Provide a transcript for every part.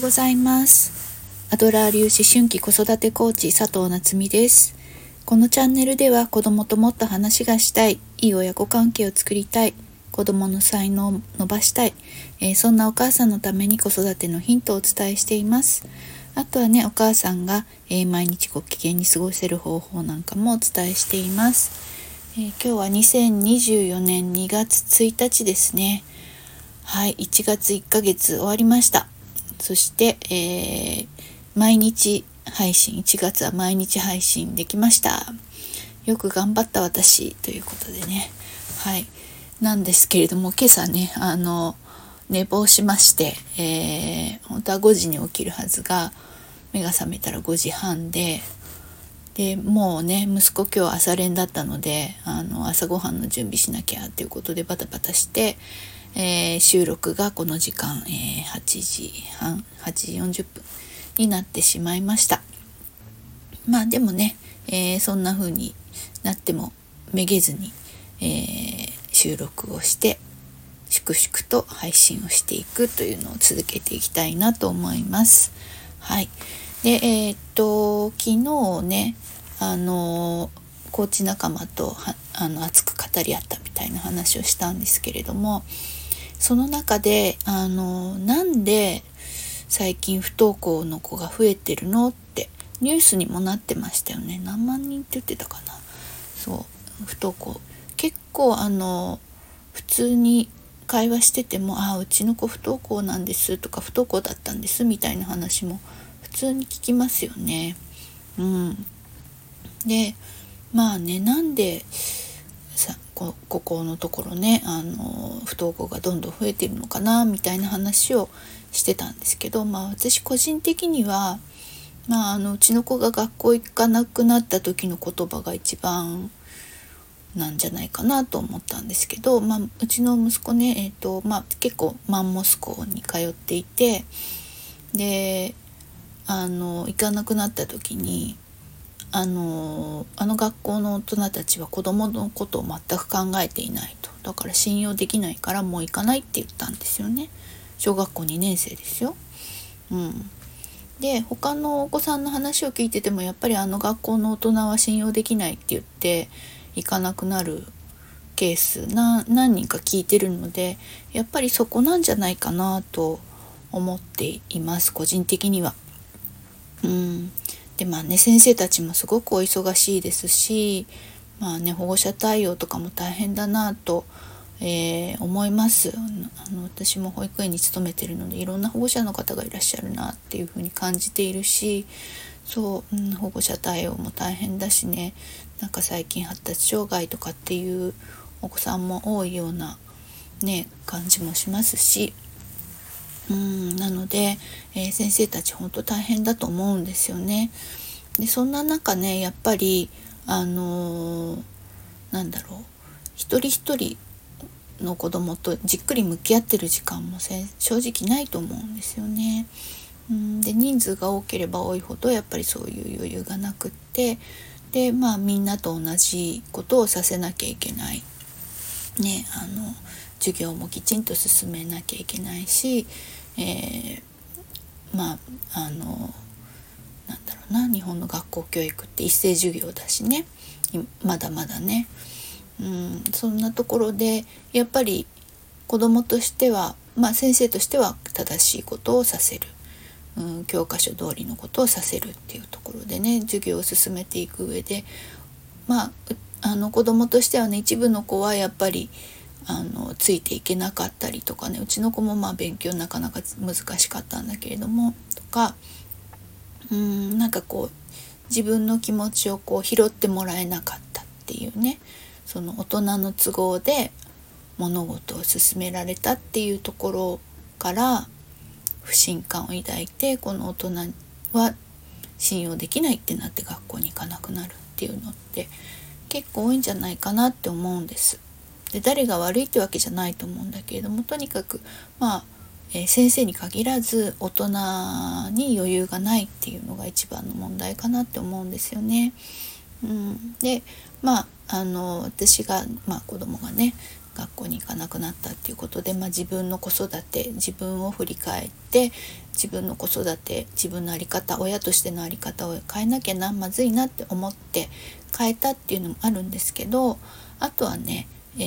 ございます。アドラー流思春期子育てコーチ佐藤夏実です。このチャンネルでは子供ともっと話がしたい、いい親子関係を作りたい、子供の才能を伸ばしたい、そんなお母さんのために子育てのヒントをお伝えしています。あとはね、お母さんが、毎日ご機嫌に過ごせる方法なんかもお伝えしています。今日は2024年2月1日ですね。はい、1月1ヶ月終わりました。そして、毎日配信、1月は毎日配信できました。よく頑張った私ということでね。はい。なんですけれども、今朝ね、寝坊しまして、本当は5時に起きるはずが、目が覚めたら5時半で、もうね、息子今日朝練だったので、朝ごはんの準備しなきゃということでバタバタして、収録がこの時間、8時半、8時40分になってしまいました。まあでもね、そんな風になってもめげずに、収録をして粛々と配信をしていくというのを続けていきたいなと思います。はい。で、昨日ね、コーチ仲間と熱く語り合ったみたいな話をしたんですけれども、その中でなんで最近不登校の子が増えてるのってニュースにもなってましたよね。何万人って言ってたかな。そう不登校結構普通に会話しててもうちの子不登校なんですとか不登校だったんですみたいな話も普通に聞きますよね。でまあね、なんでここのところね不登校がどんどん増えているのかなみたいな話をしてたんですけど、私個人的には、うちの子が学校行かなくなった時の言葉が一番なんじゃないかなと思ったんですけど、うちの息子ね、結構マンモス校に通っていて、で行かなくなった時にあの学校の大人たちは子供のことを全く考えていないと。だから信用できないからもう行かないって言ったんですよね。小学校2年生ですよ。で他のお子さんの話を聞いててもやっぱり学校の大人は信用できないって言って行かなくなるケース何人か聞いてるので、やっぱりそこなんじゃないかなと思っています、個人的には。で先生たちもすごくお忙しいですし、保護者対応とかも大変だなと、思います。私も保育園に勤めてるのでいろんな保護者の方がいらっしゃるなっていうふうに感じているし、保護者対応も大変だしね、なんか最近発達障害とかっていうお子さんも多いようなね感じもしますし、なので、先生たち本当大変だと思うんですよね。でそんな中ね、やっぱり一人一人の子供とじっくり向き合ってる時間も正直ないと思うんですよね。で人数が多ければ多いほどやっぱりそういう余裕がなくって、でみんなと同じことをさせなきゃいけないね、授業もきちんと進めなきゃいけないし、日本の学校教育って一斉授業だしね、まだまだね、そんなところでやっぱり子どもとしては、先生としては正しいことをさせる、教科書通りのことをさせるっていうところでね、授業を進めていく上で子どもとしてはね、一部の子はやっぱりついていけなかったりとかね、うちの子も勉強なかなか難しかったんだけれどもとか、自分の気持ちを拾ってもらえなかったっていうね、その大人の都合で物事を進められたっていうところから不信感を抱いて、この大人は信用できないってなって学校に行かなくなるっていうのって結構多いんじゃないかなって思うんです。で誰が悪いってわけじゃないと思うんだけれども、とにかく先生に限らず大人に余裕がないっていうのが一番の問題かなって思うんですよね。で私が、子供がね学校に行かなくなったっていうことで、自分の子育て、自分を振り返って自分の子育て、自分の在り方、親としての在り方を変えなきゃまずいなって思って変えたっていうのもあるんですけど、あとはね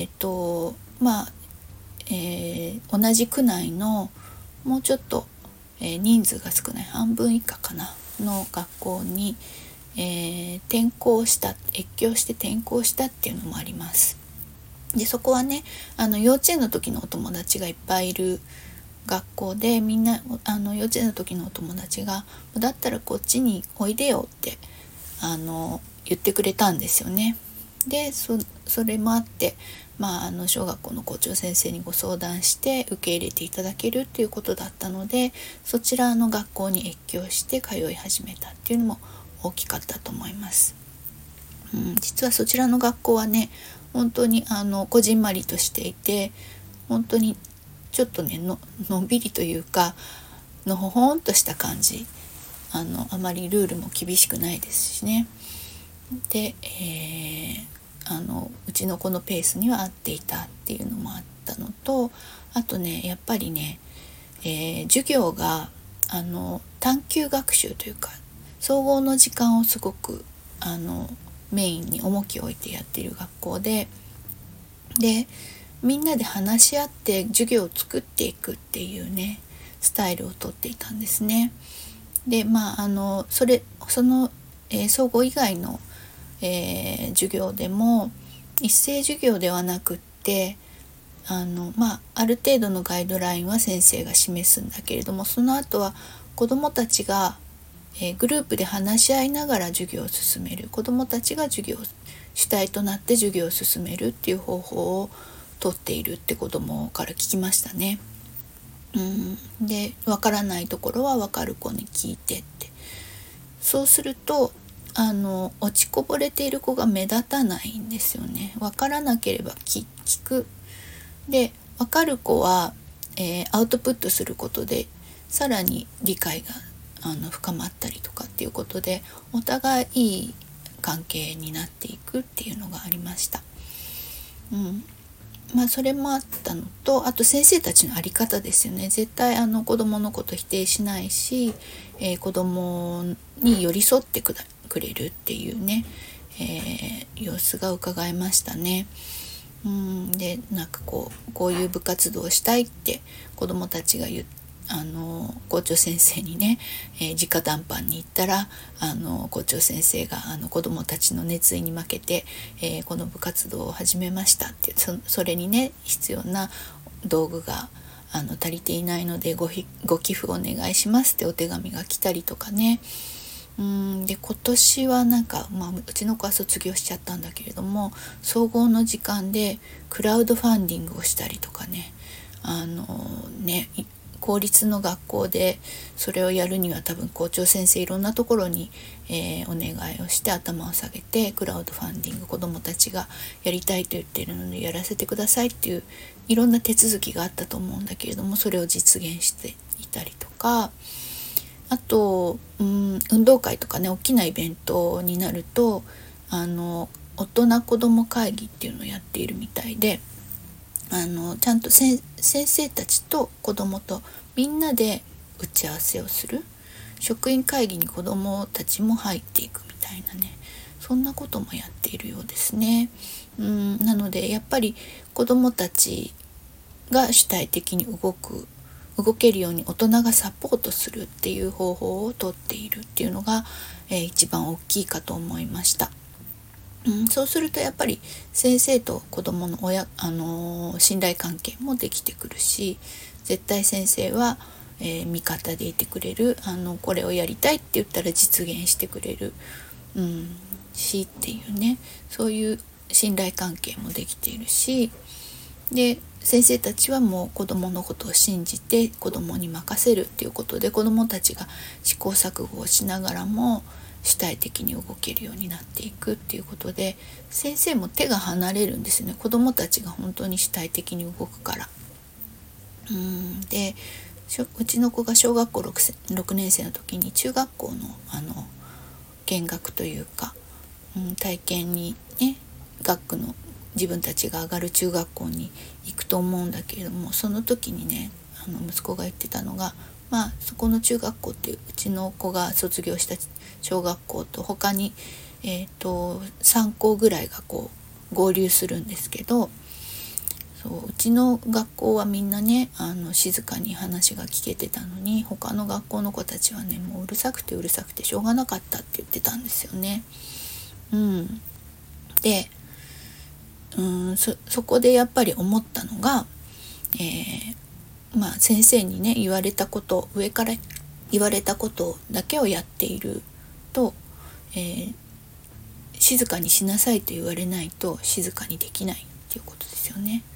同じ区内のもうちょっと、人数が少ない半分以下かなの学校に、越境して転校したっていうのもあります。でそこはね幼稚園の時のお友達がいっぱいいる学校で、みんな幼稚園の時のお友達がだったらこっちにおいでよって言ってくれたんですよね。でそれもあって小学校の校長先生にご相談して受け入れていただけるっていうことだったので、そちらの学校に越境して通い始めたっていうのも大きかったと思います。実はそちらの学校はね本当にこじんまりとしていて、本当にちょっとねのんびりというかのほほんとした感じ、あまりルールも厳しくないですしね。で、うちの子のペースには合っていたっていうのもあったのと、あとねやっぱりね、授業が探究学習というか総合の時間をすごくメインに重きを置いてやっている学校で、みんなで話し合って授業を作っていくっていうねスタイルをとっていたんですね。でその、総合以外の、授業でも一斉授業ではなくってある程度のガイドラインは先生が示すんだけれども、その後は子どもたちがグループで話し合いながら授業を進める、子どもたちが授業主体となって授業を進めるっていう方法をとっているって子どもから聞きましたね。で分からないところは分かる子に聞いてって、そうすると落ちこぼれている子が目立たないんですよね。分からなければ聞く。で分かる子は、アウトプットすることでさらに理解が深まったりとかっていうことで、お互いいい関係になっていくっていうのがありました。それもあったのと、あと先生たちの在り方ですよね。絶対子どものこと否定しないし、子どもに寄り添ってくれるっていうね、様子が伺えましたね。でこういう部活動をしたいって子どもたちが校長先生にね、直談判に行ったら校長先生が子どもたちの熱意に負けて、この部活動を始めましたって、それにね必要な道具が足りていないのでご寄付お願いしますってお手紙が来たりとかね。で今年はうちの子は卒業しちゃったんだけれども、総合の時間でクラウドファンディングをしたりとかね、公立の学校でそれをやるには多分校長先生いろんなところに、お願いをして頭を下げてクラウドファンディング、子どもたちがやりたいと言っているのでやらせてくださいっていういろんな手続きがあったと思うんだけれども、それを実現していたりとか、あと、運動会とかね大きなイベントになると大人子ども会議っていうのをやっているみたいで、ちゃんと先生たちと子どもとみんなで打ち合わせをする、職員会議に子どもたちも入っていくみたいなね、そんなこともやっているようですね。なのでやっぱり子どもたちが主体的に動けるように大人がサポートするっていう方法をとっているっていうのが、一番大きいかと思いました。そうするとやっぱり先生と子どもの信頼関係もできてくるし、絶対先生は、味方でいてくれる、これをやりたいって言ったら実現してくれる、しっていうね、そういう信頼関係もできているし、で先生たちはもう子どものことを信じて子どもに任せるっていうことで、子どもたちが試行錯誤をしながらも主体的に動けるようになっていくっていうことで、先生も手が離れるんですよね。子どもたちが本当に主体的に動くから。でうちの子が小学校 6年生の時に中学校の見学というか、体験にね学区の自分たちが上がる中学校に行くと思うんだけれども、その時にね息子が言ってたのが、そこの中学校ってうちの子が卒業した小学校と他に、3校ぐらいがこう合流するんですけど、うちの学校はみんなね静かに話が聞けてたのに、他の学校の子たちはねもううるさくてしょうがなかったって言ってたんですよね。でそこでやっぱり思ったのが、先生にね言われたこと、上から言われたことだけをやっていると、静かにしなさいと言われないと静かにできないっていうことですよね。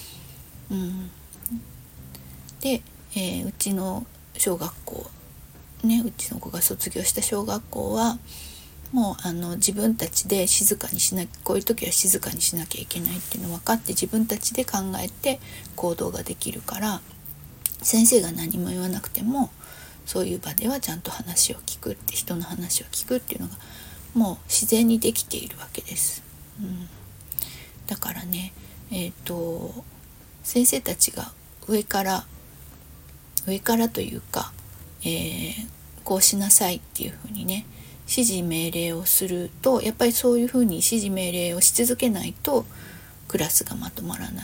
で、うちの小学校ね、うちの子が卒業した小学校はもう自分たちで静かにこういう時は静かにしなきゃいけないっていうのを分かって自分たちで考えて行動ができるから、先生が何も言わなくてもそういう場ではちゃんと話を聞くって人の話を聞くっていうのがもう自然にできているわけです。だからね先生たちが上からというか、こうしなさいっていうふうにね指示命令をすると、やっぱりそういうふうに指示命令をし続けないとクラスがまとまら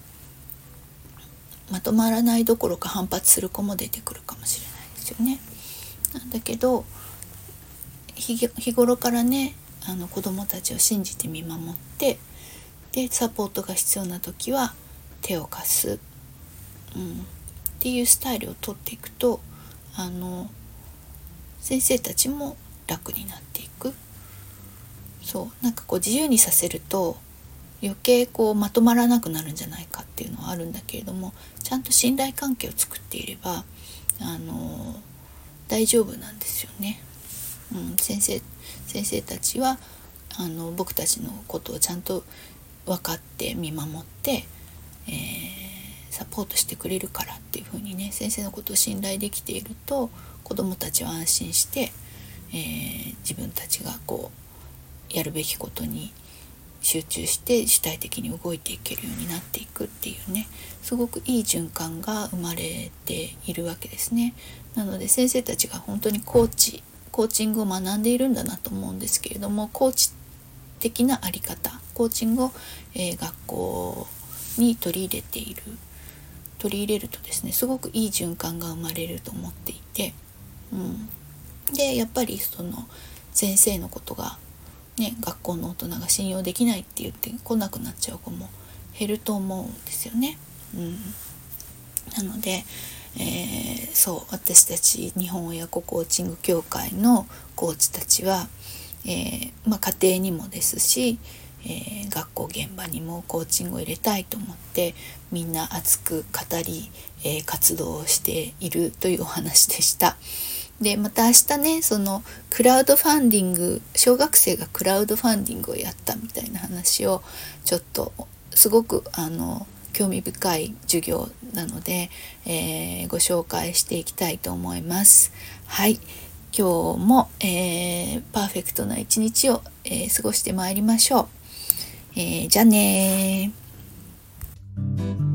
ないどころか反発する子も出てくるかもしれないですよね。なんだけど日頃からね子どもたちを信じて見守って、でサポートが必要な時は手を貸す、っていうスタイルをとっていくと先生たちも楽になっていく。なんかこう自由にさせると余計こうまとまらなくなるんじゃないかっていうのはあるんだけれども、ちゃんと信頼関係を作っていれば大丈夫なんですよね。先生たちは僕たちのことをちゃんと分かって見守って、サポートしてくれるからっていう風にね、先生のことを信頼できていると子どもたちは安心して、自分たちがこうやるべきことに集中して主体的に動いていけるようになっていくっていうね、すごくいい循環が生まれているわけですね。なので先生たちが本当にコーチングを学んでいるんだなと思うんですけれども、コーチ的なあり方、コーチングを、学校に取り入れるとですね、すごくいい循環が生まれると思っていて、でやっぱりその先生のことがね、学校の大人が信用できないって言って来なくなっちゃう子も減ると思うんですよね。なので、私たち日本親子コーチング協会のコーチたちは、家庭にもですし、学校現場にもコーチングを入れたいと思ってみんな熱く語り、活動をしているというお話でした。でまた明日ね、そのクラウドファンディング、小学生がクラウドファンディングをやったみたいな話をちょっとすごく興味深い授業なので、ご紹介していきたいと思います。はい、今日も、パーフェクトな一日を、過ごしてまいりましょう。じゃあねー。